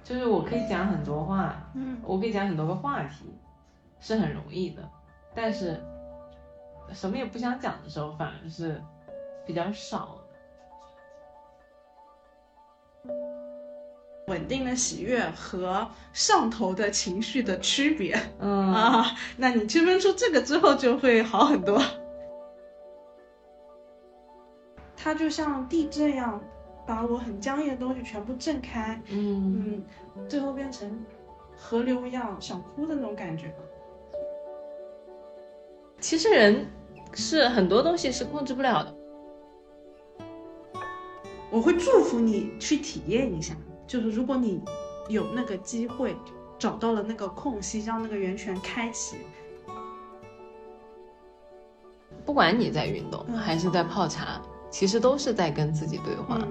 就是我可以讲很多话，我可以讲很多个话题，是很容易的，但是什么也不想讲的时候，反而是比较少的。 稳定的喜悦和上头的情绪的区别，那你区分出这个之后就会好很多。它就像地震一样，把我很僵硬的东西全部震开，最后变成河流一样想哭的那种感觉。 其实人是很多东西是控制不了的。 我会祝福你去体验一下，就是如果你有那个机会找到了那个空隙，让那个源泉开启， 不管你在运动还是在泡茶，其实都是在跟自己对话。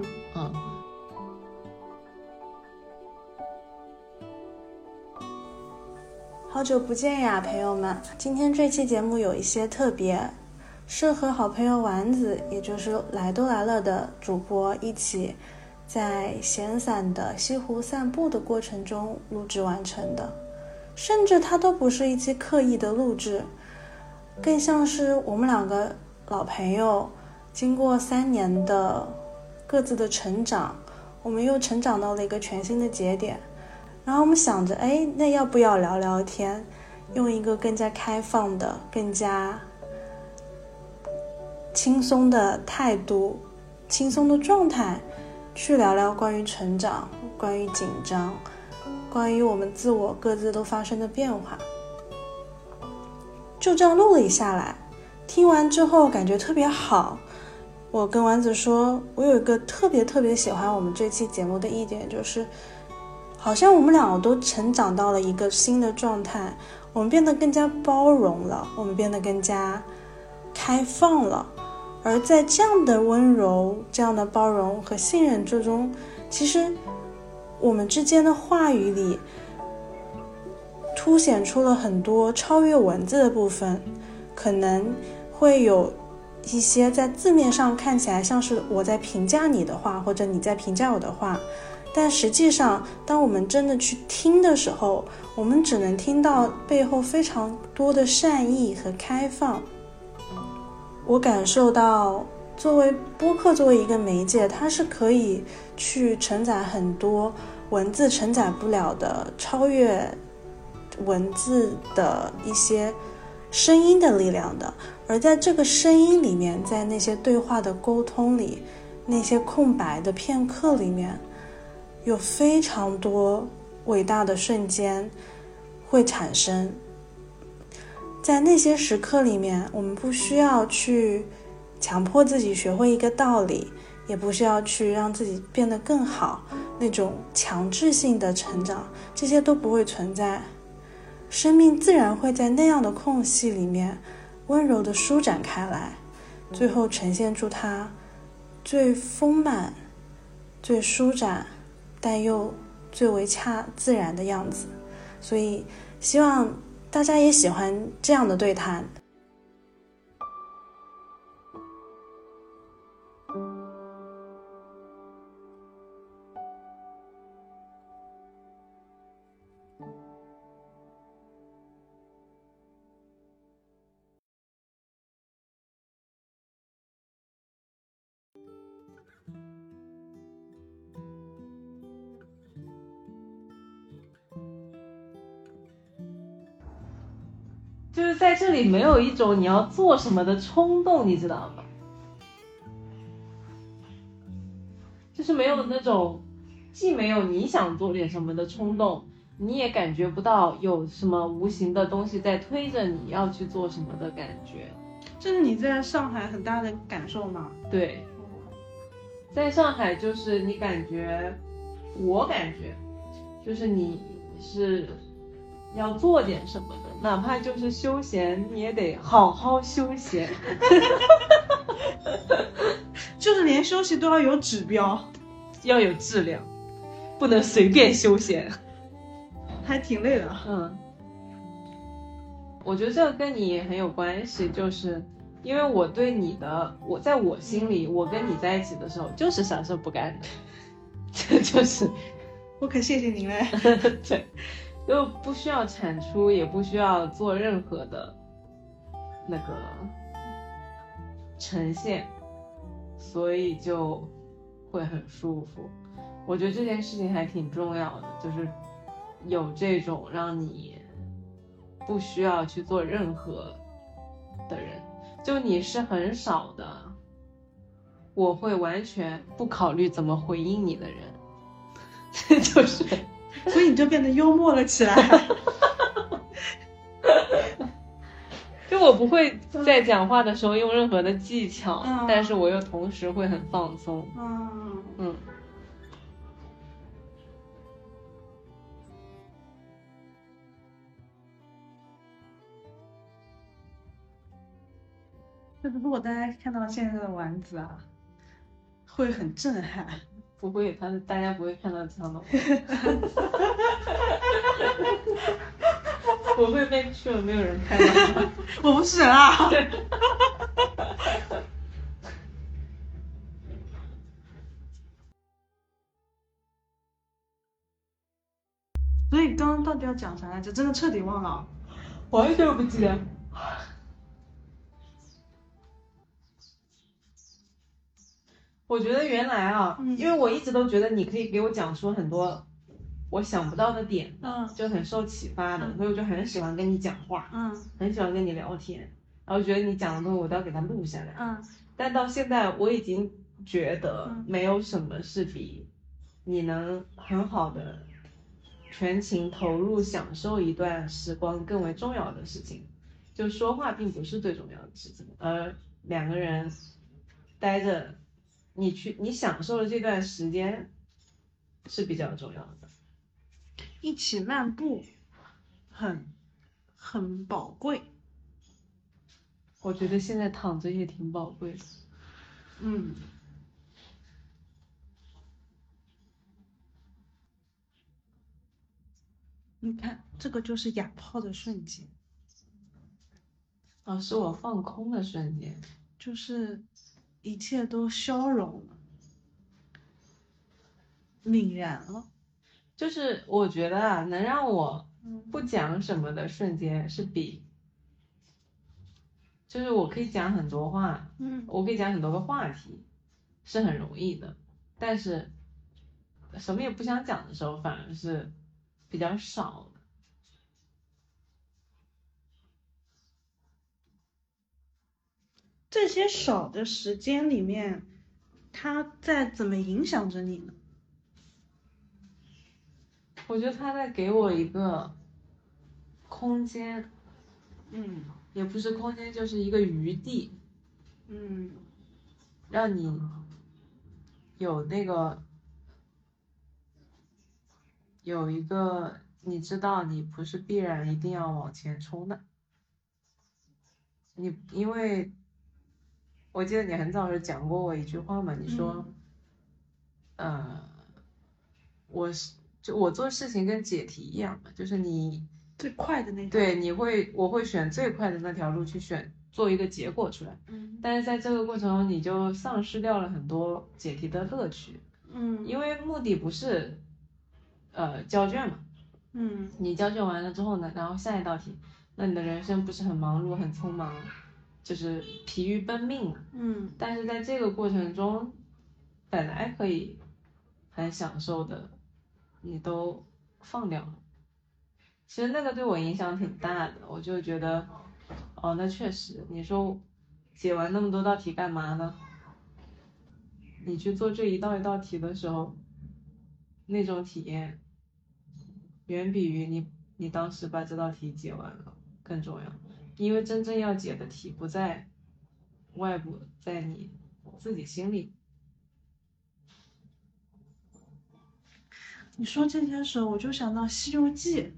好久不见呀，朋友们！今天这期节目有一些特别，是和好朋友丸子，也就是来都来了的主播一起在闲散的西湖散步的过程中录制完成的，甚至它都不是一期刻意的录制，更像是我们两个老朋友经过3年的各自的成长，我们又成长到了一个全新的节点，然后我们想着，那要不要聊聊天，用一个更加开放的、更加轻松的态度、轻松的状态去聊聊关于成长、关于紧张、关于我们自我各自都发生的变化。就这样录了下来，听完之后感觉特别好。我跟丸子说，我有一个特别喜欢我们这期节目的一点，就是好像我们两个都成长到了一个新的状态，我们变得更加包容了，我们变得更加开放了。而在这样的温柔、这样的包容和信任之中，其实我们之间的话语里凸显出了很多超越文字的部分，可能会有一些在字面上看起来像是我在评价你的话，或者你在评价我的话，但实际上当我们真的去听的时候，我们只能听到背后非常多的善意和开放。我感受到作为播客，作为一个媒介，它是可以去承载很多文字承载不了的，超越文字的一些声音的力量的。而在这个声音里面，在那些对话的沟通里，那些空白的片刻里面，有非常多伟大的瞬间会产生。在那些时刻里面，我们不需要去强迫自己学会一个道理，也不需要去让自己变得更好，那种强制性的成长，这些都不会存在。生命自然会在那样的空隙里面温柔地舒展开来，最后呈现出它最丰满、最舒展，但又最为自然的样子。所以希望大家也喜欢这样的对谈。 就是在这里没有一种你要做什么的冲动，你知道吗？就是没有那种，既没有你想做点什么的冲动，你也感觉不到有什么无形的东西在推着你要去做什么的感觉。 这是你在上海很大的感受吗？ 对，在上海就是你感觉，我感觉就是你是要做点什么的，哪怕就是休闲，你也得好好休闲。 就是连休息都要有指标， 要有质量，不能随便休闲， 还挺累的。 我觉得这个跟你很有关系，就是因为我对你的，我在我心里，我跟你在一起的时候就是啥事不干的，这就是我可谢谢您嘞。 对，就不需要产出，也不需要做任何的那个呈现，所以就会很舒服。我觉得这件事情还挺重要的，就是有这种让你不需要去做任何的人，就你是很少的，我会完全不考虑怎么回应你的人，就是， 所以你就变得幽默了起来。 就我不会在讲话的时候用任何的技巧，但是我又同时会很放松。 就是如果大家看到现在的丸子啊，会很震撼。 不会，大家不会看到这样的我会make sure没有人看到。 我不是人啊。所以刚刚到底要讲啥来着？真的彻底忘了， 完全不记得。我觉得原来啊，因为我一直都觉得你可以给我讲出很多我想不到的点，就很受启发的，所以我就很喜欢跟你讲话，很喜欢跟你聊天，然后觉得你讲的东西我都要给它录下来，但到现在我已经觉得没有什么是比你能很好的全情投入享受一段时光更为重要的事情。就说话并不是最重要的事情，而两个人待着，你享受的这段时间是比较重要的。 一起漫步很宝贵。 我觉得现在躺着也挺宝贵的。 你看，这个就是哑炮的瞬间。 是我放空的瞬间， 就是一切都消融了，泯然了。 就是我觉得啊，能让我不讲什么的瞬间是比，就是我可以讲很多话，我可以讲很多个话题，是很容易的，但是什么也不想讲的时候反而是比较少的。 这些少的时间里面，它在怎么影响着你呢？ 我觉得他在给我一个空间，也不是空间，就是一个余地，让你有有一个你知道你不是必然一定要往前冲的，因为我记得你很早时讲过我一句话嘛，你说，我做事情跟解题一样嘛，就是你最快的那条， 对，我会选最快的那条路去做一个结果出来，但是在这个过程中你就丧失掉了很多解题的乐趣，因为目的不是交卷嘛，你交卷完了之后呢，然后下一道题，那你的人生不是很忙碌很匆忙，就是疲于奔命，但是在这个过程中本来可以很享受的你都放掉了，其实那个对我影响挺大的，我就觉得那确实，你说解完那么多道题干嘛呢？你去做这一道一道题的时候，那种体验远比于你当时把这道题解完了更重要，因为真正要解的题不在外部，在你自己心里。 你说这些时候，我就想到《西游记》，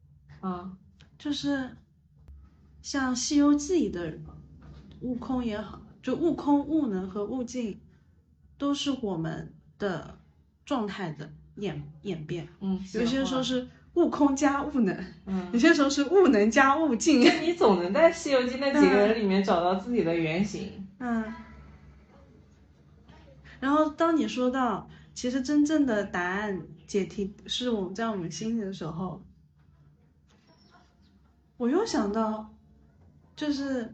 就是像《西游记》里的悟空也好，就悟空、悟能和悟净，都是我们的状态的演变。有些时候是悟空加悟能，有些时候是悟能加悟净。 你总能在《西游记》那几个人里面找到自己的原型。 然后当你说到其实真正的答案解题是我们在我们心里的时候，我又想到，就是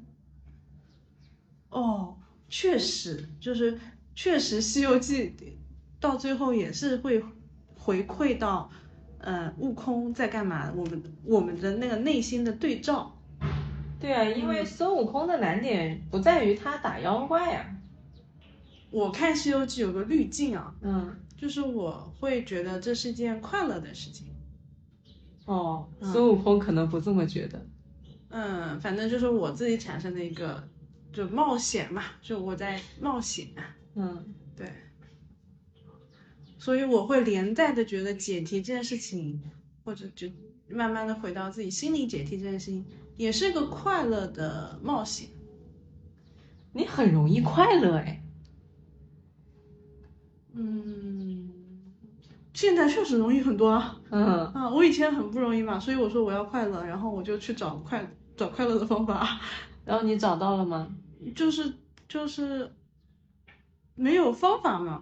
哦，确实确实《西游记》到最后也是会回馈到，悟空在干嘛，我们的那个内心的对照。 对啊，因为孙悟空的难点不在于他打妖怪啊。 我看《西游记》有个滤镜啊， 就是我会觉得这是件快乐的事情。 孙悟空可能不这么觉得。 反正就是我自己产生的一个，就冒险嘛，就我在冒险。对。所以我会连带的觉得解题这件事情，或者就慢慢的回到自己心里解题这件事情，也是个快乐的冒险。 你很容易快乐哎。 现在确实容易很多啊。我以前很不容易嘛，所以我说我要快乐，然后我就去找快乐的方法。 然后你找到了吗？ 就是没有方法嘛。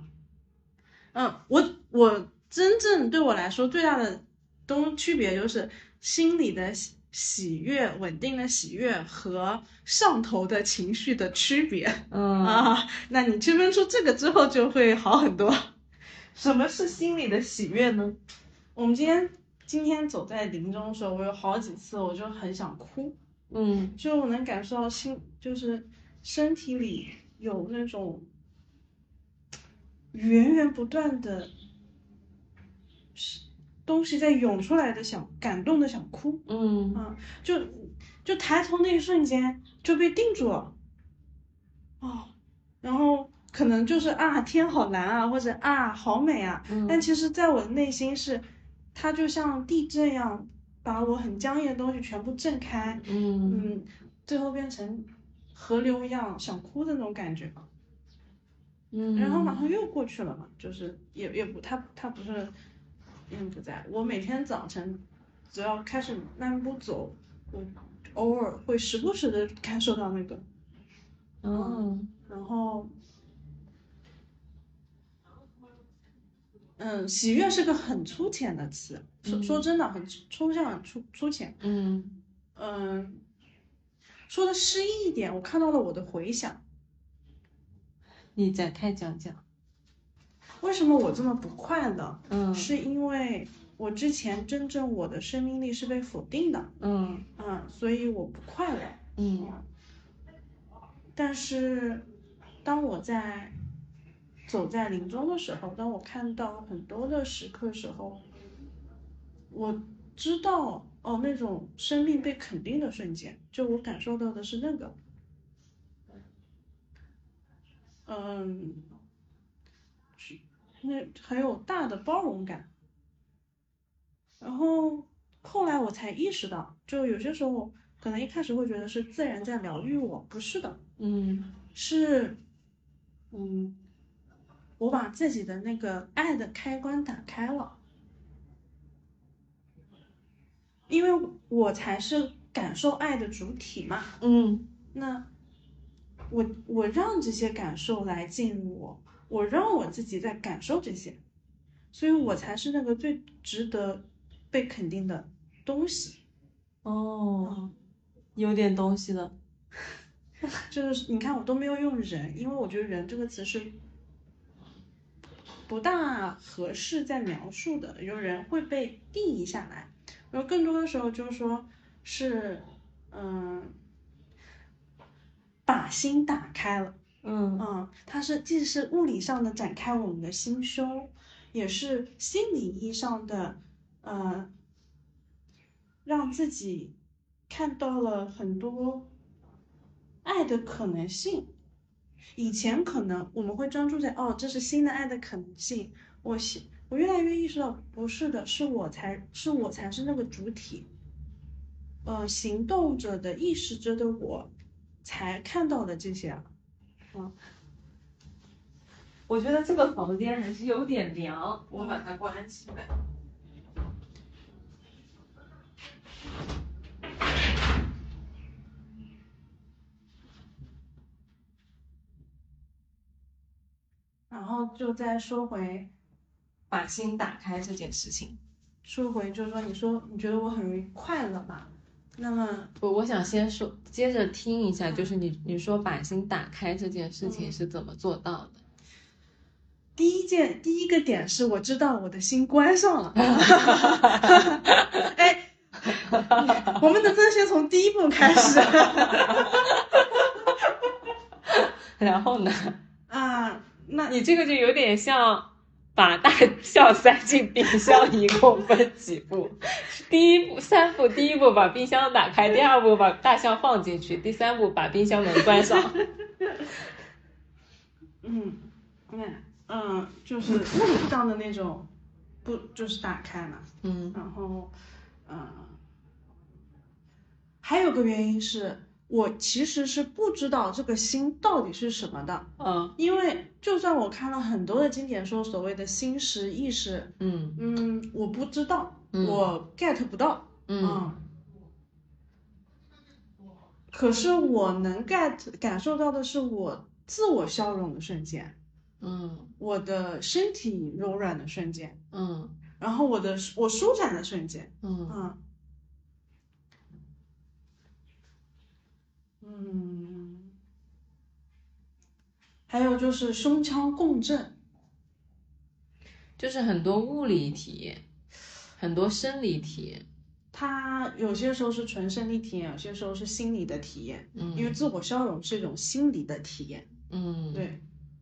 我真正对我来说最大的区别就是心里的喜悦，稳定的喜悦和上头的情绪的区别。那你区分出这个之后就会好很多。 什么是心里的喜悦呢？ 我们今天走在林中的时候，我有好几次我就很想哭。就我能感受到就是身体里有那种源源不断的东西在涌出来的，感动的想哭。就抬头那一瞬间就被定住了。然后可能就是天好蓝啊，或者好美啊。但其实在我的内心是，它就像地震一样，把我很僵硬的东西全部震开。最后变成河流一样想哭的那种感觉。然后马上又过去了嘛，就是也不，它不是不在。我每天早晨只要开始漫步走，我偶尔会时不时的感受到那个。然后喜悦是个很粗浅的词，说真的很抽象，粗浅。说的诗意一点，我看到了我的回响。 你展开讲讲。 为什么我这么不快乐？是因为我之前真正我的生命力是被否定的。所以我不快乐。但是当我走在林中的时候，当我看到很多的时刻的时候，我知道那种生命被肯定的瞬间，就我感受到的是那个。那很有大的包容感。然后后来我才意识到，就有些时候可能一开始会觉得是自然在疗愈我，不是的。是我把自己的那个爱的开关打开了，因为我才是感受爱的主体嘛。那我让这些感受来进入我让我自己在感受这些，所以我才是那个最值得被肯定的东西。 有点东西了。 就是你看我都没有用人，因为我觉得人这个词是不大合适在描述的，有人会被定义下来，然后更多的时候就是说是把心打开了。它是既是物理上的展开我们的心胸，也是心理意义上的让自己看到了很多爱的可能性。以前可能我们会专注在这是新的爱的可能性，我越来越意识到不是的，是我才是那个主体。行动者的意识着的我才看到的这些。 我觉得这个房间还是有点凉，我把它关起来。 然后就再说回把心打开这件事情。 说回就是说，你觉得我很容易快乐嘛？那么我想先说，接着听一下，就是你说把心打开这件事情是怎么做到的？ 第一个点是我知道我的心关上了。哎，我们能不能先从第一步开始？ 然后呢？ 啊，那你这个就有点像把大象塞进冰箱，一共分几步？三步，第一步把冰箱打开，第二步把大象放进去，第三步把冰箱门关上。 就是物理上的那种，不就是打开嘛。然后还有个原因是我其实是不知道这个心到底是什么的。因为就算我看了很多的经典说所谓的心识意识，我不知道，我 get 不到。可是我能感受到的是我自我消融的瞬间，我的身体柔软的瞬间，然后我舒展的瞬间，还有就是胸腔共振， 就是很多物理体验，很多生理体验。 它有些时候是纯生理体验，有些时候是心理的体验。因为自我消融是一种心理的体验。对。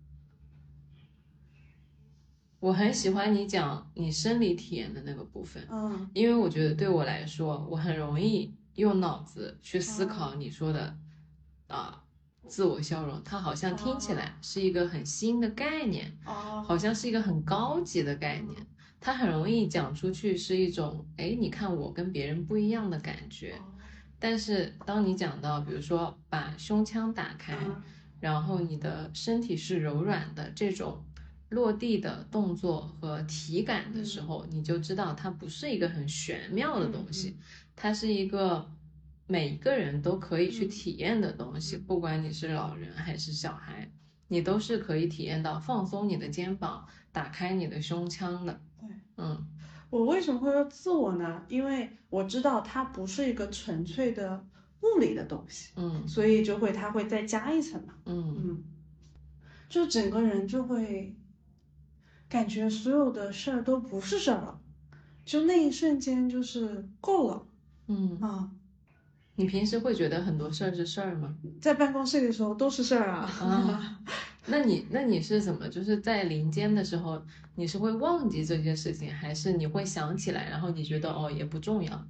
我很喜欢你讲你生理体验的那个部分。因为我觉得对我来说，我很容易用脑子去思考你说的自我消融，它好像听起来是一个很新的概念，好像是一个很高级的概念，它很容易讲出去是一种你看我跟别人不一样的感觉。但是当你讲到比如说把胸腔打开，然后你的身体是柔软的这种落地的动作和体感的时候，你就知道它不是一个很玄妙的东西，它是一个每一个人都可以去体验的东西，不管你是老人还是小孩，你都是可以体验到放松你的肩膀，打开你的胸腔的。 我为什么会说自我呢？因为我知道它不是一个纯粹的物理的东西，所以它会再加一层嘛。就整个人就会感觉所有的事儿都不是事儿了，就那一瞬间就是够了。 你平时会觉得很多事儿是事儿吗？ 在办公室里的时候都是事儿啊。 那你是怎么，就是在临间的时候，你是会忘记这些事情，还是你会想起来，然后你觉得也不重要？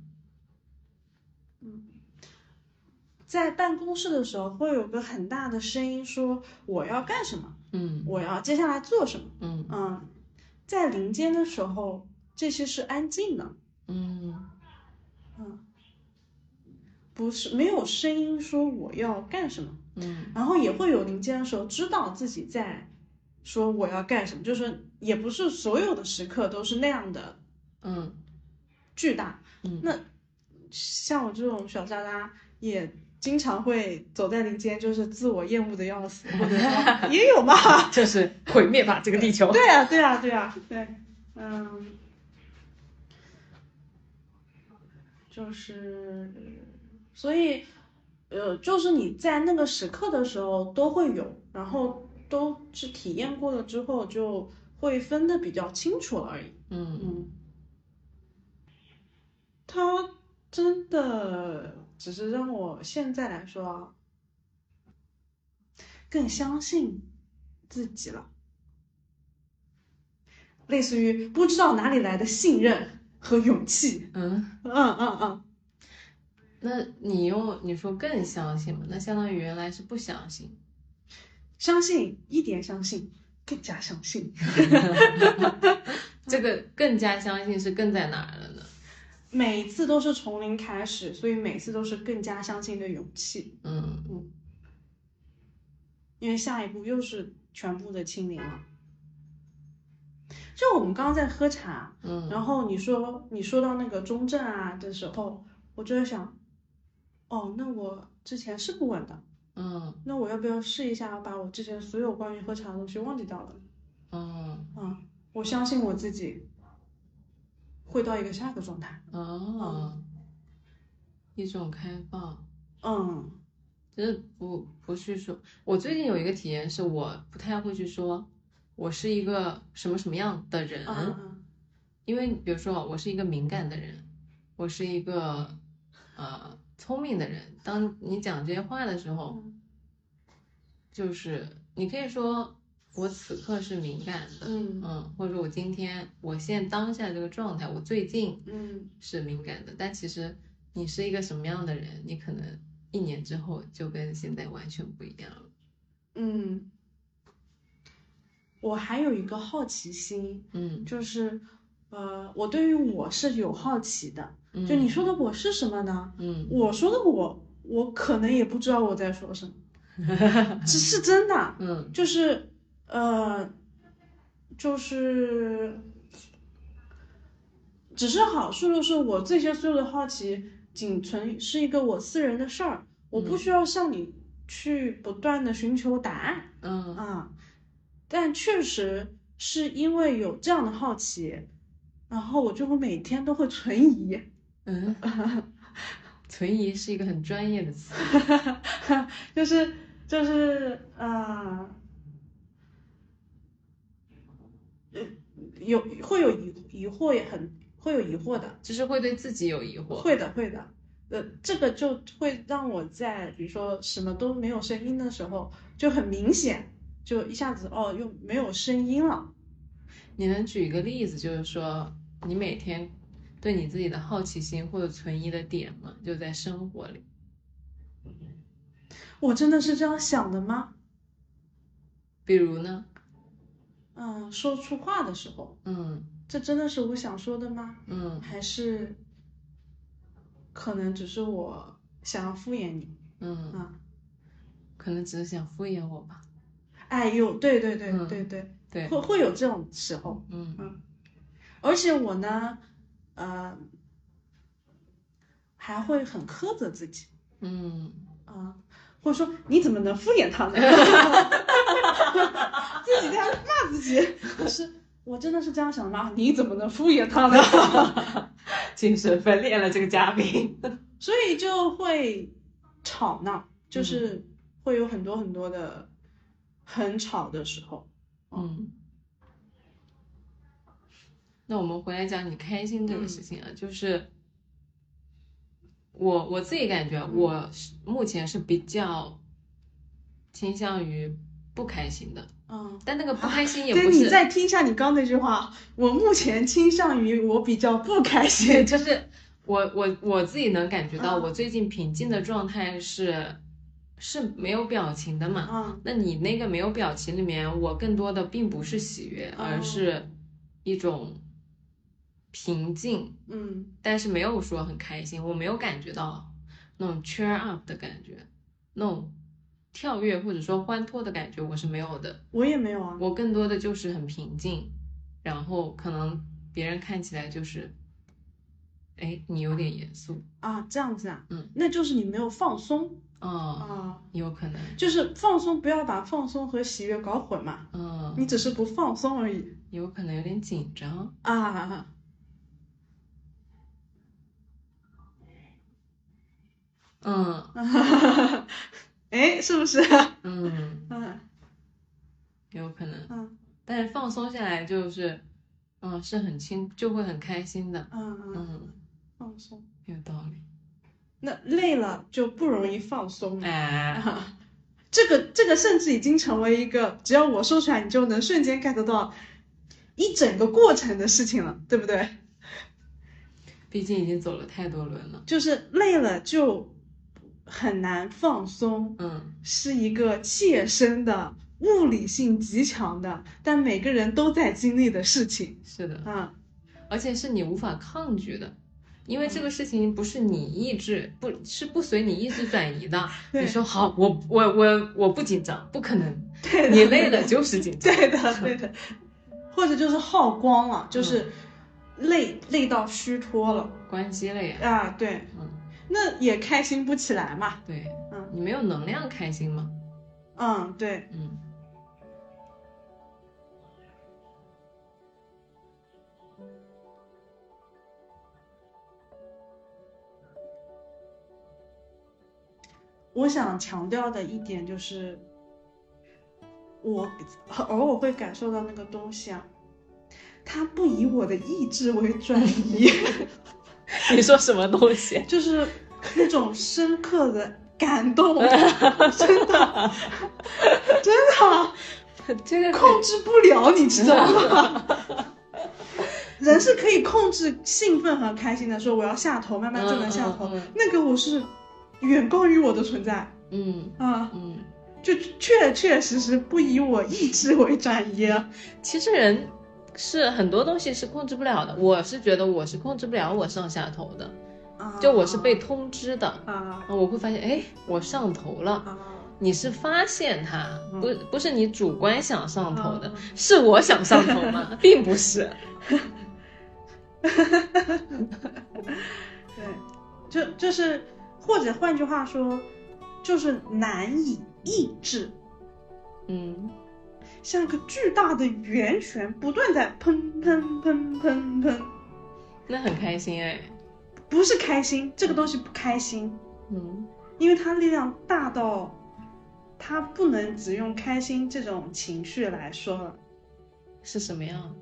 在办公室的时候会有个很大的声音说我要干什么，我要接下来做什么，在临间的时候这些是安静的，不是没有声音说我要干什么，然后也会有临间的时候知道自己在说我要干什么，就是也不是所有的时刻都是那样的，巨大，那像我这种小渣渣也经常会走在林间，就是自我厌恶的要死，或者说也有吧， 就是毁灭吧这个地球。 对，就是所以就是你在那个时刻的时候都会有，然后都是体验过了之后就会分得比较清楚而已。它真的只是让我现在来说更相信自己了，类似于不知道哪里来的信任和勇气。 那你说更相信吗？那相当于原来是不相信。 相信，一点相信，更加相信。 这个更加相信是更在哪儿了呢？ 每一次都是从零开始，所以每次都是更加相信的勇气。因为下一步又是全部的清零了。就我们刚刚在喝茶，然后你说到那个中正啊的时候，我就在想，那我之前是不稳的，那我要不要试一下把我之前所有关于喝茶的东西忘记掉了？ 我相信我自己会到一个下个状态。 一种开放。 就是不去说。我最近有一个体验是，我不太会去说我是一个什么什么样的人，因为比如说我是一个敏感的人，我是一个聪明的人。当你讲这些话的时候，就是你可以说我此刻是敏感的，或者说我现在当下这个状态，我最近是敏感的，但其实你是一个什么样的人，你可能1年之后就跟现在完全不一样了。 我还有一个好奇心，就是我对于我是有好奇的。就你说的我是什么呢？我说的我可能也不知道我在说什么。这是真的。就是只是好处就是我这些所有的好奇仅存是一个我私人的事儿，我不需要向你去不断的寻求答案。但确实是因为有这样的好奇，然后我就会每天都会存疑。 存疑是一个很专业的词。 就是会有疑惑，也很会有疑惑的， 就是会对自己有疑惑。 会的。这个就会让我在比如说什么都没有声音的时候，就很明显，就一下子又没有声音了。 你能举一个例子，就是说你每天对你自己的好奇心或者存疑的点吗？就在生活里。 我真的是这样想的吗？ 比如呢？ 说出话的时候，这真的是我想说的吗？还是可能只是我想要敷衍你？ 可能只是想敷衍我吧。 哎呦，对，会有这种时候。而且我呢，还会很苛责自己。或者说你怎么能敷衍他呢？自己在骂自己。可是我真的是这样想的吗？你怎么能敷衍他呢？ 精神分裂了这个嘉宾。 所以就会吵闹，就是会有很多很多的很吵的时候。 那我们回来讲你开心这个事情啊，就是我自己感觉，我目前是比较倾向于不开心的。但那个不开心也不是。 你再听一下你刚那句话，我目前倾向于我比较不开心。 就是我自己能感觉到，我最近平静的状态是没有表情的嘛。那你那个没有表情里面，我更多的并不是喜悦，而是一种平静。但是没有说很开心，我没有感觉到那种 cheer up 的感觉，那种跳跃或者说欢脱的感觉我是没有的。 我也没有啊。 我更多的就是很平静，然后可能别人看起来就是你有点严肃啊，这样子啊。那就是你没有放松。 有可能就是放松，不要把放松和喜悦搞混嘛。你只是不放松而已。 有可能有点紧张啊。是不是？ 有可能。但是放松下来就是是很就会很开心的。 放松有道理。 那累了就不容易放松。这个甚至已经成为一个只要我说出来你就能瞬间 get 到一整个过程的事情了，对不对？ 毕竟已经走了太多轮了。 就是累了就很难放松。是一个切身的物理性极强的，但每个人都在经历的事情。 是的。而且是你无法抗拒的，因为这个事情不是你意志不随你意志转移的。你说好，我不紧张，不可能。 对的， 你累了就是紧张。 对的。或者就是耗光了，就是累到虚脱了， 关机了呀。 对。那也开心不起来嘛。 对。你没有能量开心吗？ 对。 我想强调的一点就是，我偶尔会感受到那个东西啊，它不以我的意志为转移。 你说什么东西？ 就是那种深刻的感动，真的， 这个控制不了，你知道吗？人是可以控制兴奋和开心的，说我要下头，慢慢就能下头。那个我是远高于我的存在。就确实不以我意志为转移。 其实人是很多东西是控制不了的，我是觉得我是控制不了我上下头的，就我是被通知的我会发现，哎，我上头了。你是发现它，不是你主观想上头的，是我想上头吗？并不是。 对，就是或者换句话说，就是难以抑制。像个巨大的圆旋，不断在喷喷喷喷喷。 那很开心哎。 不是开心，这个东西不开心。因为它力量大到它不能只用开心这种情绪来说了。 是什么样？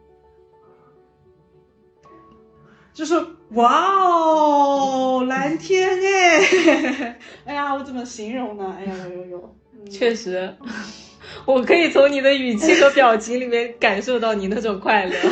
就是哇哦，蓝天哎！哎呀，我怎么形容呢？哎呀，有， 确实，我可以从你的语气和表情里面感受到你那种快乐。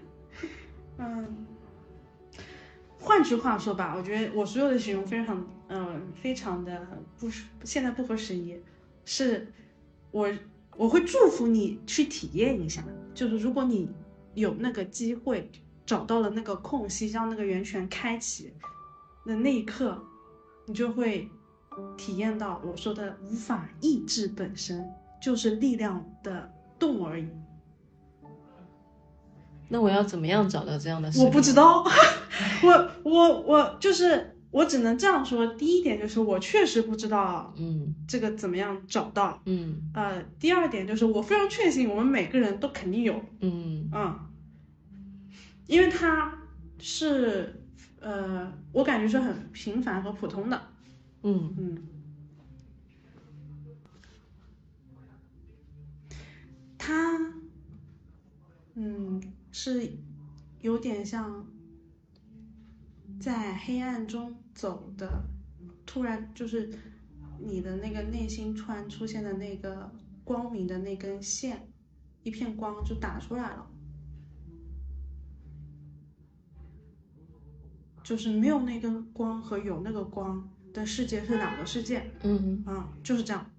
换句话说吧，我觉得我所有的形容非常的现在不合时宜，是我会祝福你去体验一下，就是如果你有那个机会找到了那个空隙，让那个源泉开启的那一刻，你就会体验到我说的无法抑制本身就是力量的动而已。 那我要怎么样找到这样的事？ 我不知道。我就是我只能这样说。第一点就是我确实不知道这个怎么样找到。第二点就是我非常确信我们每个人都肯定有。因为它是我感觉是很平凡和普通的。它是有点像在黑暗中走的，突然就是你的那个内心突然出现的那个光明的那根线，一片光就打出来了，就是没有那根光和有那个光的世界是两个世界。就是这样。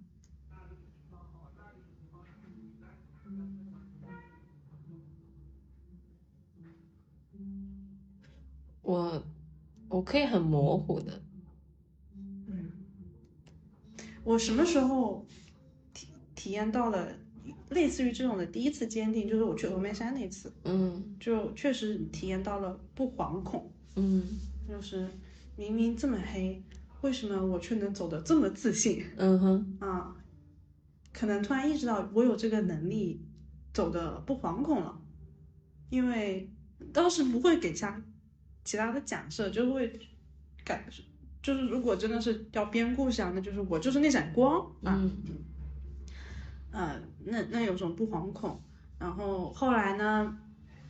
我可以很模糊的。 我什么时候体验到了类似于这种的第一次坚定，就是我去峨眉山那次。就确实体验到了不惶恐。就是明明这么黑，为什么我却能走得这么自信？可能突然意识到我有这个能力走得不惶恐了。因为当时不会给下其他的假设，就会就是如果真的是要编故事啊，那就是我就是那盏光那有种不惶恐。然后后来呢，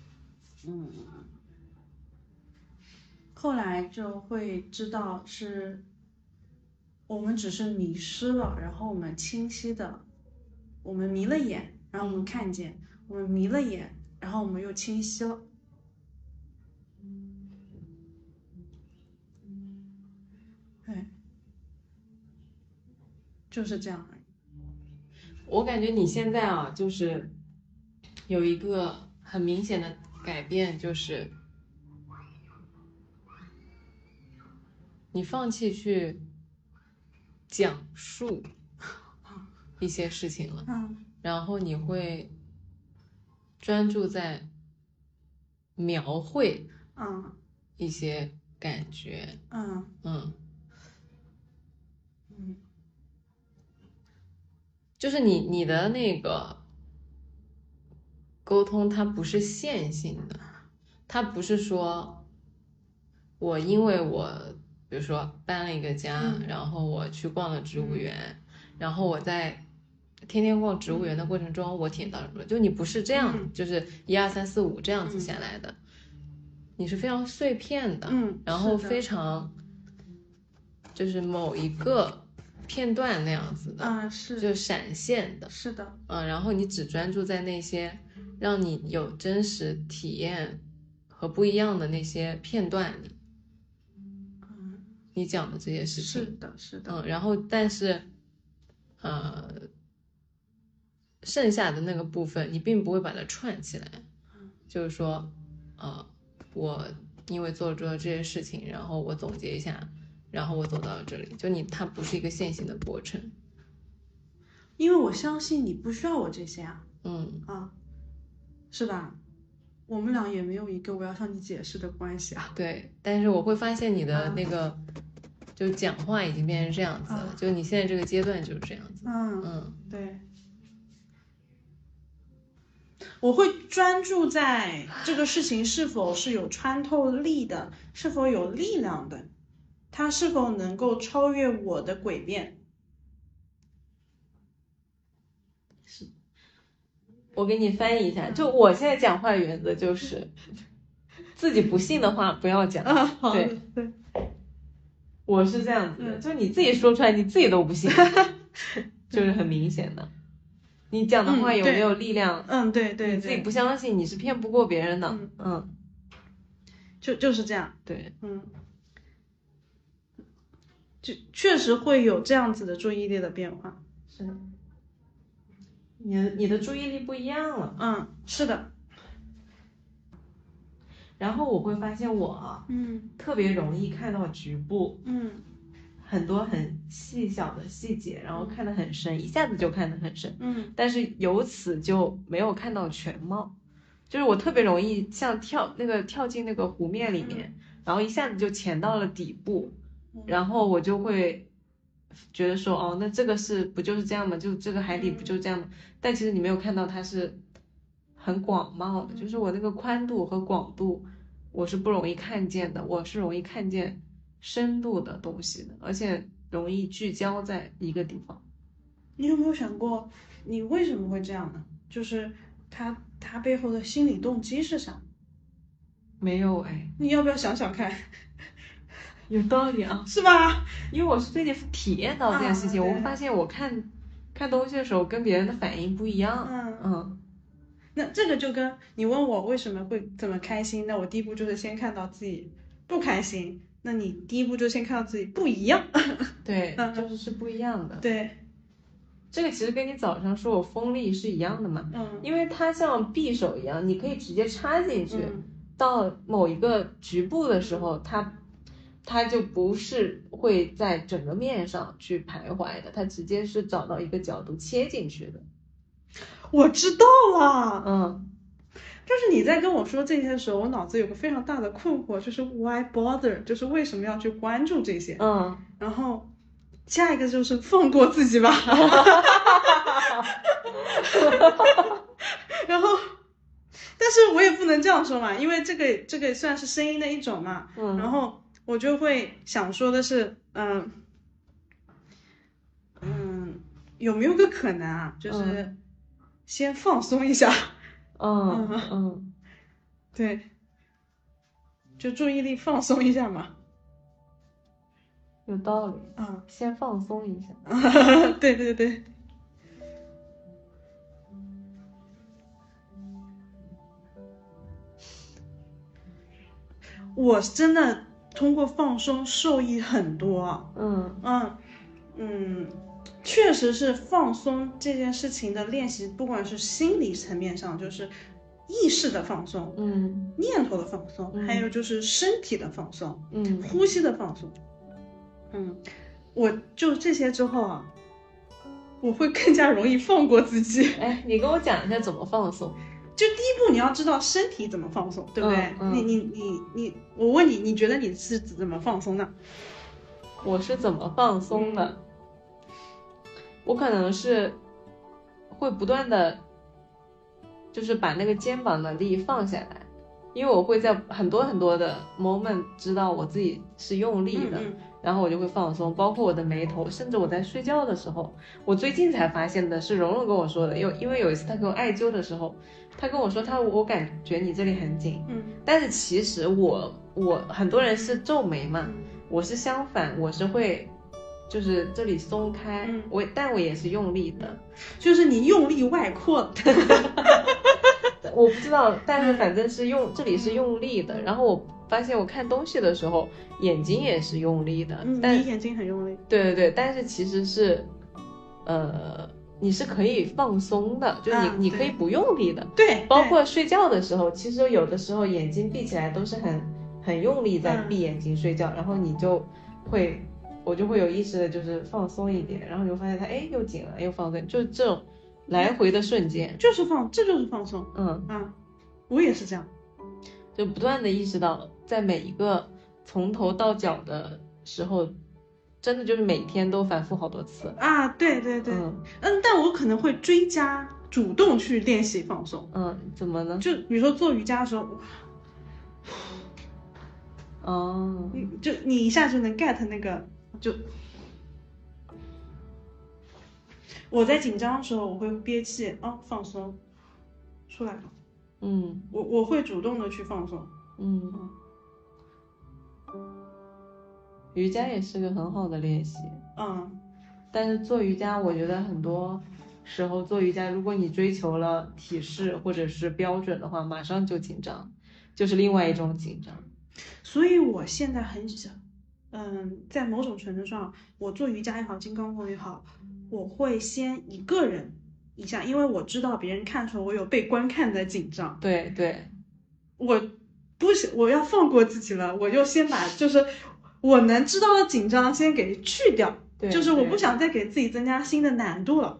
后来就会知道是我们只是迷失了，然后我们清晰的，我们迷了眼，然后我们看见，我们迷了眼，然后我们又清晰了。对，就是这样。 我感觉你现在啊，就是有一个很明显的改变，就是你放弃去讲述一些事情了，然后你会专注在描绘一些感觉。就是你的那个沟通，它不是线性的，它不是说我因为我比如说搬了一个家，然后我去逛了植物园，然后我在天天逛植物园的过程中，我体验到什么？就你不是这样，就是1、2、3、4、5这样子下来的，你是非常碎片的，然后非常就是某一个片段那样子的， 是就闪现的， 是的， 然后你只专注在那些让你有真实体验和不一样的那些片段里，你讲的这些事情， 是的，是的， 然后但是，剩下的那个部分你并不会把它串起来，就是说，我因为做了这些事情，然后我总结一下，然后我走到了这里，就它不是一个线性的过程， 因为我相信你不需要我这些啊，是吧？我们俩也没有一个我要向你解释的关系啊。 对，但是我会发现你的那个，就讲话已经变成这样子了，就你现在这个阶段就是这样子。 对。我会专注在这个事情是否是有穿透力的，是否有力量的，它是否能够超越我的诡辩。 我给你翻译一下，就我现在讲话的原则就是自己不信的话不要讲。对，我是这样子的，就你自己说出来你自己都不信，就是很明显的，你讲的话有没有力量？ 对， 你自己不相信，你是骗不过别人的。 就是这样。 对， 就确实会有这样子的注意力的变化。 是的。你的注意力不一样了。 是的。 然后我会发现我特别容易看到局部，很多很细小的细节，然后看得很深，一下子就看得很深，但是由此就没有看到全貌。就是我特别容易像跳进那个湖面里面，然后一下子就潜到了底部，然后我就会觉得说，那这个不就是这样吗？就这个海底不就这样吗？但其实你没有看到它是很广袤的，就是我那个宽度和广度我是不容易看见的，我是容易看见深度的东西的，而且容易聚焦在一个地方。 你有没有想过你为什么会这样呢？就是他背后的心理动机是啥？ 没有你要不要想想看？ 有道理啊， 是吧？ 因为我是最近体验到这件事情，我发现我看东西的时候跟别人的反应不一样。 那这个就跟你问我为什么会这么开心，那我第一步就是先看到自己不开心，那你第一步就先看到自己不一样。 对，就是不一样的。 对， 这个其实跟你早上说我锋利是一样的嘛。因为它像匕首一样，你可以直接插进去，到某一个局部的时候，它就不是会在整个面上去徘徊的，它直接是找到一个角度切进去的。 我知道了。但是你在跟我说这些的时候，我脑子有个非常大的困惑，就是 why bother， 就是为什么要去关注这些？然后下一个就是放过自己吧。然后但是我也不能这样说嘛，因为这个算是声音的一种嘛。然后我就会想说的是，有没有个可能啊，就是先放松一下。对，就注意力放松一下嘛。 有道理。先放松一下。 对对对。我真的通过放松受益很多。确实是放松这件事情的练习，不管是心理层面上，就是意识的放松，念头的放松，还有就是身体的放松，呼吸的放松。我就这些之后啊，我会更加容易放过自己。 你跟我讲一下怎么放松。 就第一步你要知道身体怎么放松，对不对？我问你，你觉得你是怎么放松的？ 我是怎么放松的？我可能是会不断的就是把那个肩膀的力放下来， 因为我会在很多很多的 moment 知道我自己是用力的，然后我就会放松，包括我的眉头，甚至我在睡觉的时候，我最近才发现的是蓉蓉跟我说的，因为有一次她给我艾灸的时候，她跟我说我感觉你这里很紧，但是其实我很多人是皱眉嘛，我是相反，我是会就是这里松开，但我也是用力的， 就是你用力外扩了。 我不知道，但是反正是这里是用力的，然后我发现我看东西的时候眼睛也是用力的，但你眼睛很用力。 对对对，但是其实是你是可以放松的，就是你可以不用力的， 对， 包括睡觉的时候，其实有的时候眼睛闭起来都是很用力在闭眼睛睡觉，然后我就会有意识的就是放松一点，然后你会发现它又紧了又放松，就是这种来回的瞬间， 这就是放松。我也是这样， 就不断的意识到在每一个从头到脚的时候，真的就是每天都反复好多次啊。对对对，但我可能会追加主动去练习放松。 怎么呢？ 就比如说做瑜伽的时候，就你一下就能 get 那个，就我在紧张的时候我会憋气，放松出来了。我会主动的去放松。 瑜伽也是个很好的练习。但是做瑜伽，我觉得很多时候做瑜伽，如果你追求了体式或者是标准的话，马上就紧张，就是另外一种紧张。 所以我现在很想，在某种程度上，我做瑜伽也好，金刚功也好，我会先一个人一下，因为我知道别人看的时候，我有被观看的紧张。 对对， 我要放过自己了，我就先把就是我能知道的紧张先给去掉，就是我不想再给自己增加新的难度了。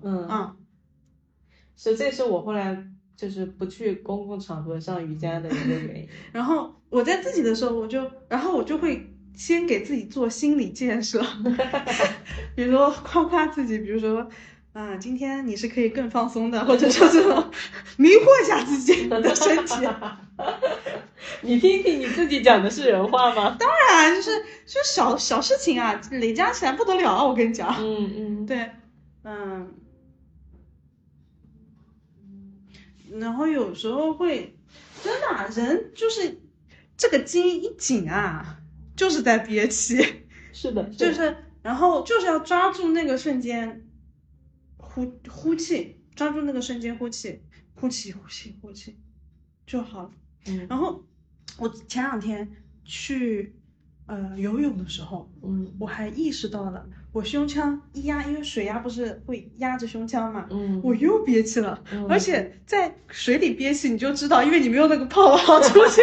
这是我后来就是不去公共场合上瑜伽的一个原因。 然后我在自己的时候，我就会先给自己做心理建设，比如说夸夸自己，比如说今天你是可以更放松的，或者说这种迷惑一下自己的身体。 你听听你自己讲的是人话吗？ 当然，就是小事情啊，累加起来不得了啊！我跟你讲，对，然后有时候会真的人就是这个筋一紧啊，就是在憋气。 是的， 就是然后就是要抓住那个瞬间呼气，抓住那个瞬间呼气就好了。然后我前2天去游泳的时候，我还意识到了我胸腔一压，因为水压不是会压着胸腔嘛，我又憋气了，而且在水里憋气你就知道，因为你没有那个泡泡出现。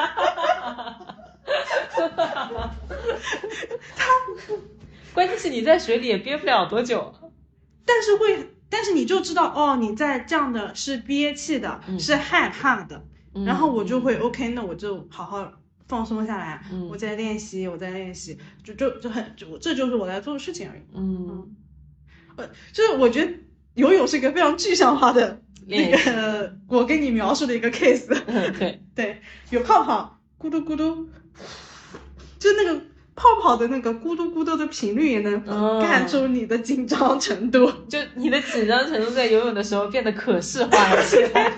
关键是你在水里也憋不了多久， 但是你就知道你在这样的是憋气的，是害怕的，然后我就会 OK， 那我就好好放松下来，我在练习，这就是我在做的事情而已。就是我觉得游泳是一个非常具象化的那个我给你描述的一个 case。对，有泡泡咕嘟咕嘟，就那个泡泡的那个咕嘟咕嘟的频率也能看出你的紧张程度， 就你的紧张程度在游泳的时候变得可视化了起来。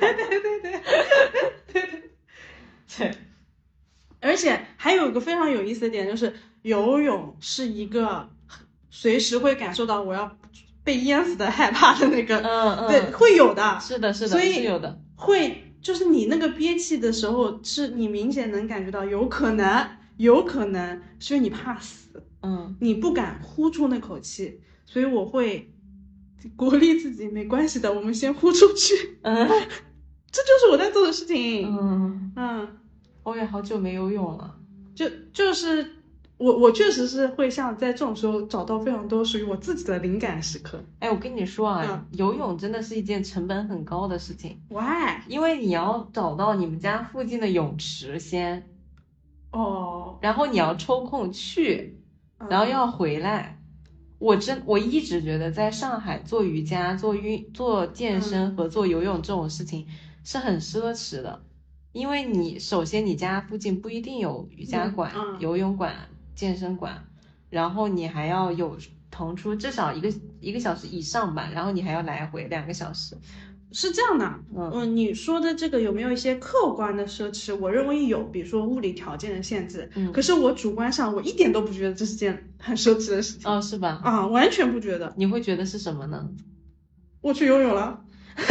对。 而且还有一个非常有意思的点，就是游泳是一个随时会感受到我要被淹死的害怕的那个，对，会有的， 是的， 所以是有的， 会就是你那个憋气的时候，是你明显能感觉到有可能是因为你怕死，你不敢呼出那口气，所以我会鼓励自己，没关系的，我们先呼出去，这就是我在做的事情。 我也好久没游泳了， 就是我确实是会像在这种时候找到非常多属于我自己的灵感时刻。 我跟你说啊，游泳真的是一件成本很高的事情。 Why？ 因为你要找到你们家附近的泳池先，然后你要抽空去，然后要回来。我一直觉得在上海做瑜伽、做健身和做游泳这种事情是很奢侈的。 因为你首先你家附近不一定有瑜伽馆、游泳馆、健身馆，然后你还要有腾出至少一个小时以上吧，然后你还要来回2个小时。 是这样的，你说的这个有没有一些客观的奢侈？我认为有，比如说物理条件的限制。可是我主观上我一点都不觉得这是件很奢侈的事情。 哦，是吧？ 啊，完全不觉得。 你会觉得是什么呢？ 我去游泳了。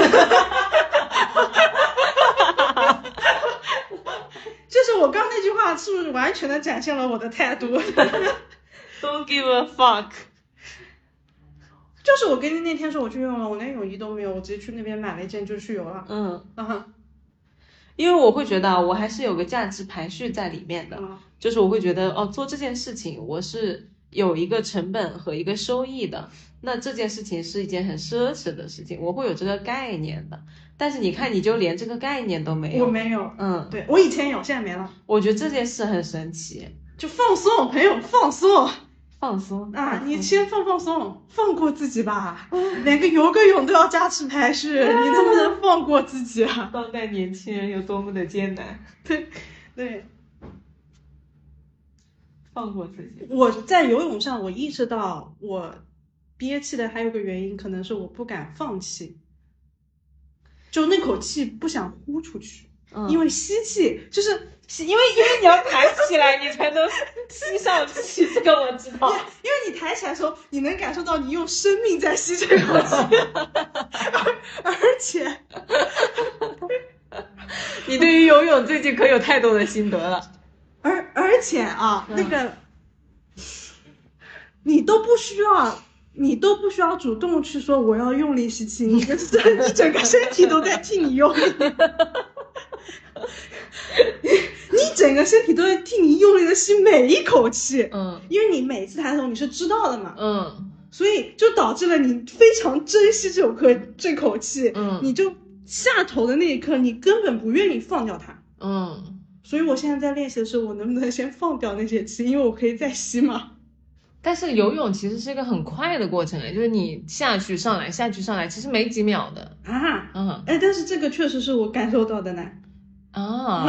就是我刚那句话是不是完全的展现了我的态度 ？Don't give a fuck。 就是我跟你那天说我去游泳了，我连泳衣都没有，我直接去那边买了一件就去游了。 因为我会觉得我还是有个价值排序在里面的，就是我会觉得做这件事情我是有一个成本和一个收益的，那这件事情是一件很奢侈的事情，我会有这个概念的。但是你看，你就连这个概念都没有。 我没有。对，我以前有，现在没了。 我觉得这件事很神奇， 就放松，朋友，放松。 放松啊！你先放松，放过自己吧。连个游个泳都要加持排序，你能不能放过自己啊？ 当代年轻人有多么的艰难。 对， 放过自己。 我在游泳上，我意识到我憋气的还有个原因，可能是我不敢放弃，就那口气不想呼出去。因为吸气就是因为你要抬起来你才能吸上气，这个我知道。 因为你抬起来的时候，你能感受到你用生命在吸这口气，而且你对于游泳最近可有太多的心得了。 而且啊，那个你都不需要主动去说我要用力吸气，你整个身体都在替你用力。你整个身体都在替你用力的吸每一口气，因为你每次抬头你是知道的嘛，所以就导致了你非常珍惜这口气，你就下头的那一刻你根本不愿意放掉它，所以我现在在练习的时候，我能不能先放掉那些气，因为我可以再吸嘛。 但是游泳其实是一个很快的过程，就是你下去上来，其实没几秒的啊。但是这个确实是我感受到的难啊。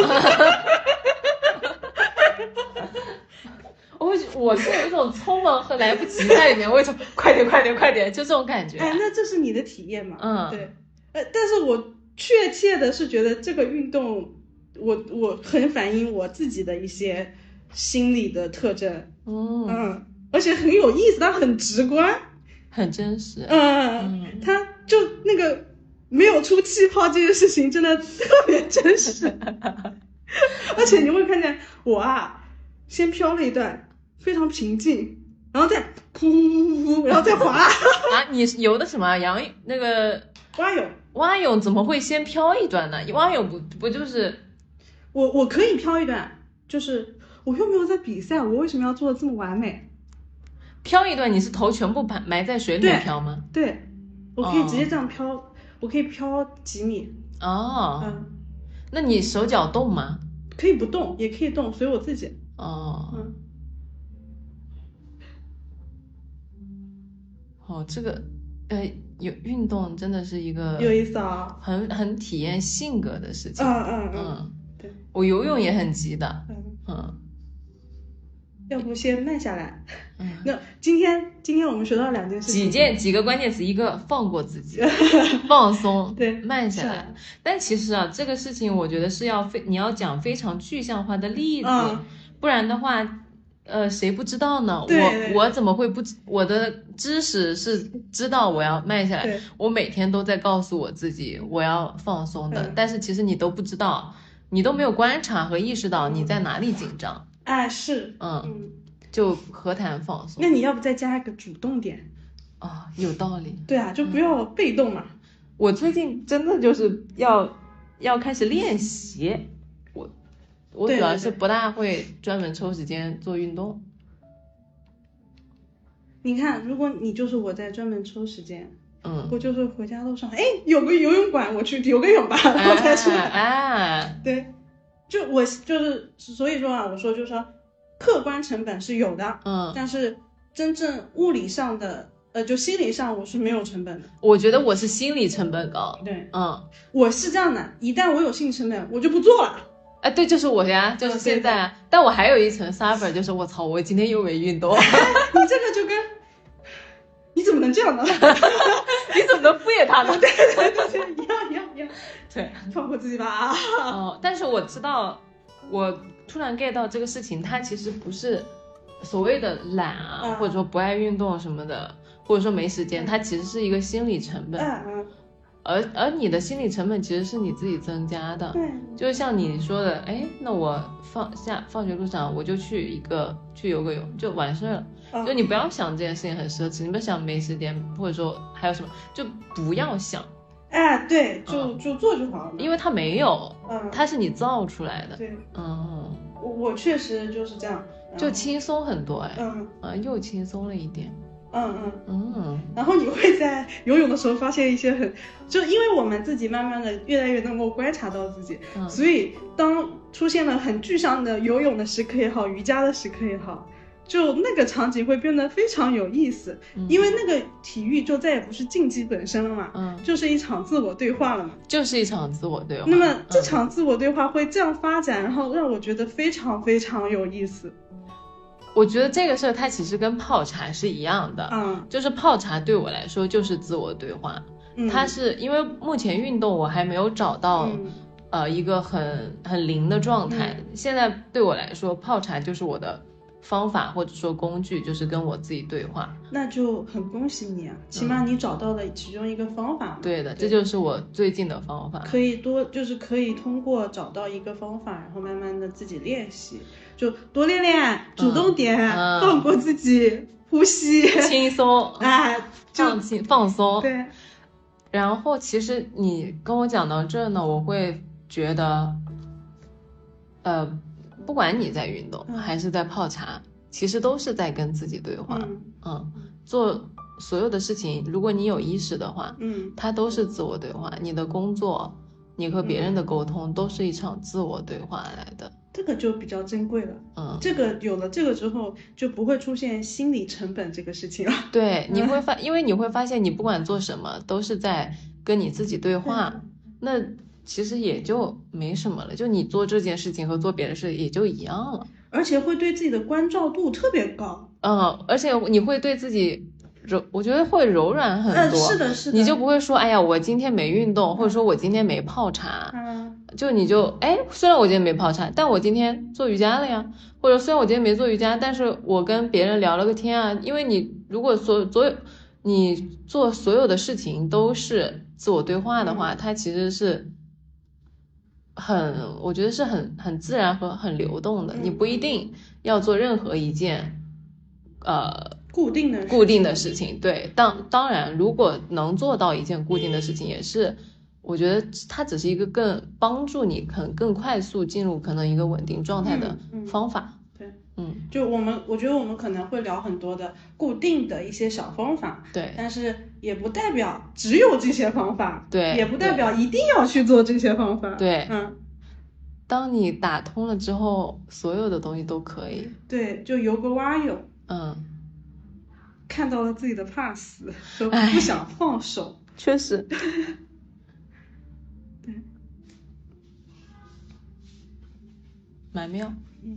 我是有一种匆忙和来不及在里面，我有一种快点，就这种感觉。 那这是你的体验嘛？对。但是我确切的是觉得这个运动，我很反映我自己的一些心理的特征。而且很有意思，它很直观， 很真实。 它就那个没有出气泡这件事情真的特别真实。而且你会看见我先飘了一段非常平静，然后再噗，然后再滑。 你游的什么那个蛙泳怎么会先飘一段呢？蛙泳不就是我可以飘一段，就是我又没有在比赛，我为什么要做的这么完美？ 飘一段你是头全部埋在水里面飘吗？ 对，我可以直接这样飘，我可以飘几米。 那你手脚动吗？ 可以不动，也可以动，随我自己。 这个有运动真的是一个有意思啊， 很体验性格的事情。 对， 我游泳也很急的。 要不先慢下来。那今天我们学到2件事情， 几个关键词，一个放过自己，放松， 对， 慢下来。但其实这个事情我觉得是你要讲非常具象化的例子，不然的话，谁不知道呢？我怎么会不？我的知识是知道我要慢下来，我每天都在告诉我自己我要放松的，但是其实你都不知道，你都没有观察和意识到你在哪里紧张。 是， 就何谈放松？ 那你要不再加一个主动点？ 有道理。 对啊，就不要被动嘛。 我最近真的就是要开始练习，我主要是不大会专门抽时间做运动。 你看，如果你就是我在专门抽时间，我就是回家路上，有个游泳馆，我去游个泳吧，然后再出来。对。所以说我说就是说，客观成本是有的，但是真正物理上的就心理上我是没有成本的。 我觉得我是心理成本高。 对，我是这样的，一旦我有心理成本，我就不做了。 哎，对，就是我呀，就是现在啊。但我还有一层 suffer， 就是我操，我今天又没运动。 你这个就跟你怎么能这样呢？ 你怎么能敷衍他呢？ 对，一样。 对， 放过自己吧。 但是我知道，我突然 get 到这个事情，它其实不是所谓的懒啊，或者说不爱运动什么的，或者说没时间，它其实是一个心理成本。而你的心理成本其实是你自己增加的。 对， 就像你说的，哎，那我放学路上我就去游个泳，就完事了。就你不要想这件事情很奢侈，你不要想没时间，或者说还有什么，就不要想。 哎，对，就做就好了。 因为它没有，它是你造出来的。 对，我确实就是这样， 就轻松很多。又轻松了一点。 然后你会在游泳的时候发现一些就因为我们自己慢慢的越来越能够观察到自己，所以当出现了很具象的游泳的时刻也好，瑜伽的时刻也好，就那个场景会变得非常有意思。因为那个体育就再也不是竞技本身了嘛，就是一场自我对话了嘛， 就是一场自我对话。 那么这场自我对话会这样发展，然后让我觉得非常非常有意思。 我觉得这个事儿它其实跟泡茶是一样的，就是泡茶对我来说就是自我对话。它是因为目前运动我还没有找到一个很灵的状态，现在对我来说泡茶就是我的方法或者说工具，就是跟我自己对话。 那就很恭喜你啊，起码你找到了其中一个方法嘛。 对的，这就是我最近的方法。 可以通过找到一个方法，然后慢慢的自己练习，就多练练，主动点，放过自己，呼吸， 轻松，放松。 对。 然后其实你跟我讲到这呢，我会觉得，不管你在运动还是在泡茶，其实都是在跟自己对话。做所有的事情，如果你有意识的话，它都是自我对话。你的工作，你和别人的沟通，都是一场自我对话来的。 这个就比较珍贵了。这个有了这个之后，就不会出现心理成本这个事情了。 对，因为你会发现，你不管做什么，都是在跟你自己对话。那其实也就没什么了，就你做这件事情和做别的事也就一样了。 而且会对自己的关照度特别高。 而且你会对自己我觉得会柔软很多。 是的， 你就不会说，哎呀，我今天没运动，或者说我今天没泡茶。就你就虽然我今天没泡茶，但我今天做瑜伽了呀。或者虽然我今天没做瑜伽，但是我跟别人聊了个天啊。因为你如果你做所有的事情都是自我对话的话，它其实是我觉得是很自然和很流动的。你不一定要做任何一件固定的事情。 对，当然如果能做到一件固定的事情，也是我觉得它只是一个更帮助你更快速进入可能一个稳定状态的方法。 对，就我觉得我们可能会聊很多的固定的一些小方法。 对， 但是也不代表只有这些方法。 对， 也不代表一定要去做这些方法。 对，当你打通了之后，所有的东西都可以。 对，就游个蛙泳。看到了自己的怕死和不想放手。 确实。 对， 蛮妙。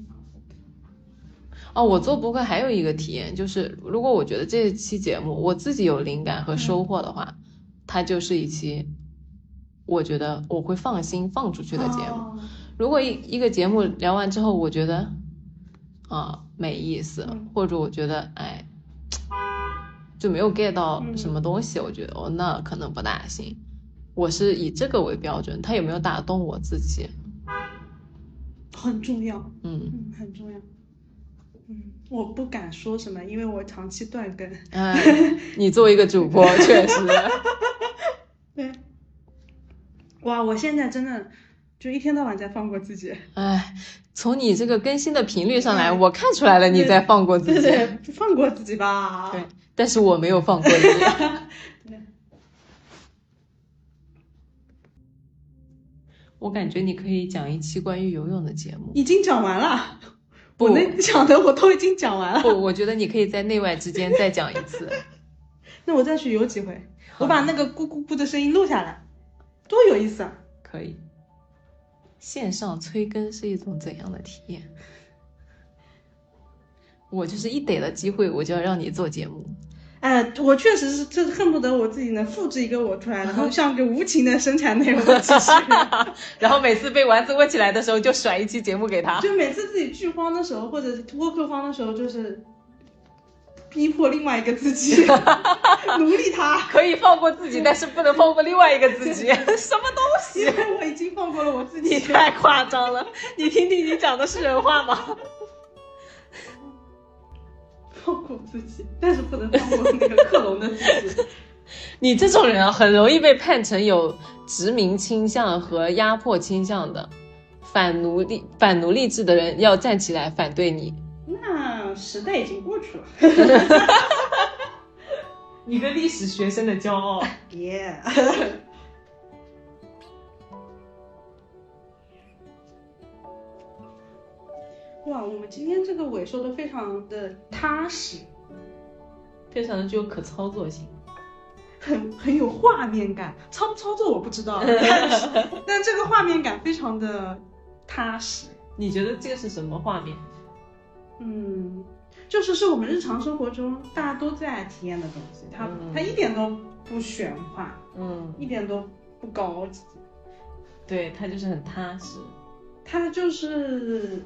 我做播客还有一个体验，就是如果我觉得这期节目我自己有灵感和收获的话，它就是一期我觉得我会放心放出去的节目。如果一个节目聊完之后，我觉得没意思，或者我觉得就没有 get 到什么东西，我觉得那可能不大行。我是以这个为标准，它有没有打动我自己很重要。很重要。我不敢说什么，因为我长期断更。 你作为一个主播确实。 对。哇，我现在真的就一天到晚在放过自己。 从你这个更新的频率上来，我看出来了你在放过自己。 对，放过自己吧。 对，但是我没有放过你。 对。 我感觉你可以讲一期关于游泳的节目。 已经讲完了。我能讲的我都已经讲完了。 不，我觉得你可以在内外之间再讲一次。 那我再去游几回，我把那个咕咕咕的声音录下来，多有意思啊！ 可以。线上催更是一种怎样的体验？我就是一逮了机会，我就要让你做节目。 哎，我确实是，这恨不得我自己能复制一个我出来，然后像个无情的生产内容的机器人。 然后每次被丸子问起来的时候，就甩一期节目给他。 就每次自己剧荒的时候，或者窝客荒的时候，就是逼迫另外一个自己，奴隶他。 可以放过自己，但是不能放过另外一个自己。什么东西？ 因为我已经放过了我自己。 你太夸张了！你听听，你讲的是人话吗？ 放过自己，但是不能放过那个克隆的自己。 你这种人啊，很容易被判成有殖民倾向和压迫倾向的。反奴隶制的人要站起来反对你。 那时代已经过去了。 你个历史学生的骄傲。 耶。哇，我们今天这个尾收的非常的踏实， 非常的具有可操作性， 很有画面感。操不操作我不知道，但这个画面感非常的踏实。 你觉得这个是什么画面？ 就是我们日常生活中大家都在体验的东西，它一点都不玄幻，一点都不高级。 对，它就是很踏实。 它就是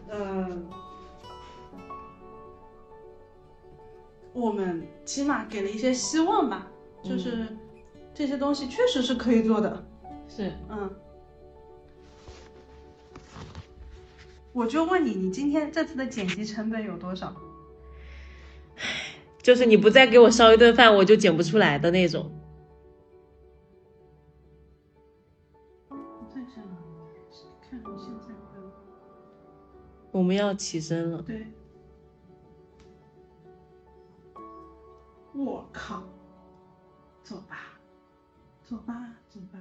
我们起码给了一些希望吧，就是这些东西确实是可以做的。 是， 我就问你，你今天这次的剪辑成本有多少？ 就是你不再给我烧一顿饭，我就剪不出来的那种。我们要起身了。 对。我靠！走吧，走吧，走吧。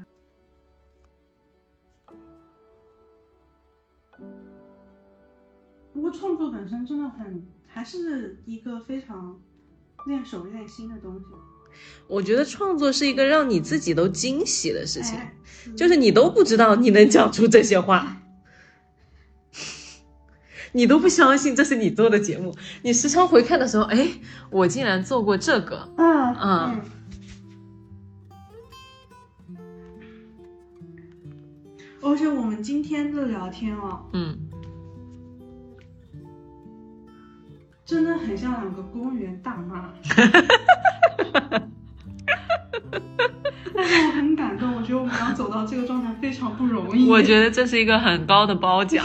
不过创作本身真的还是一个非常练手练心的东西。 我觉得创作是一个让你自己都惊喜的事情，就是你都不知道你能讲出这些话。你都不相信这是你做的节目，你时常回看的时候，哎，我竟然做过这个。 而且我们今天的聊天真的很像两个公园大妈。但是我很感动，我觉得我们要走到这个状态非常不容易。 我觉得这是一个很高的褒奖。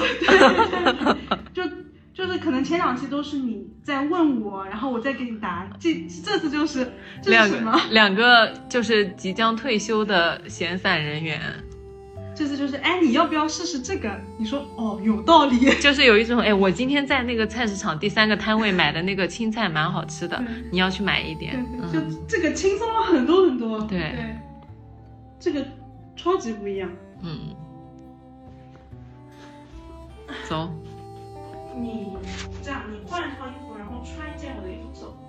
就是可能前2期都是你在问我，然后我再给你答，这次就是这是什么？ 两个就是即将退休的闲散人员。 这次就是你要不要试试这个？你说有道理。 就是有一种我今天在那个菜市场第3个摊位买的那个青菜蛮好吃的，你要去买一点。 就这个轻松了很多很多。 对， 这个超级不一样。 走。 你这样，你换一套衣服，然后穿一件我的衣服走。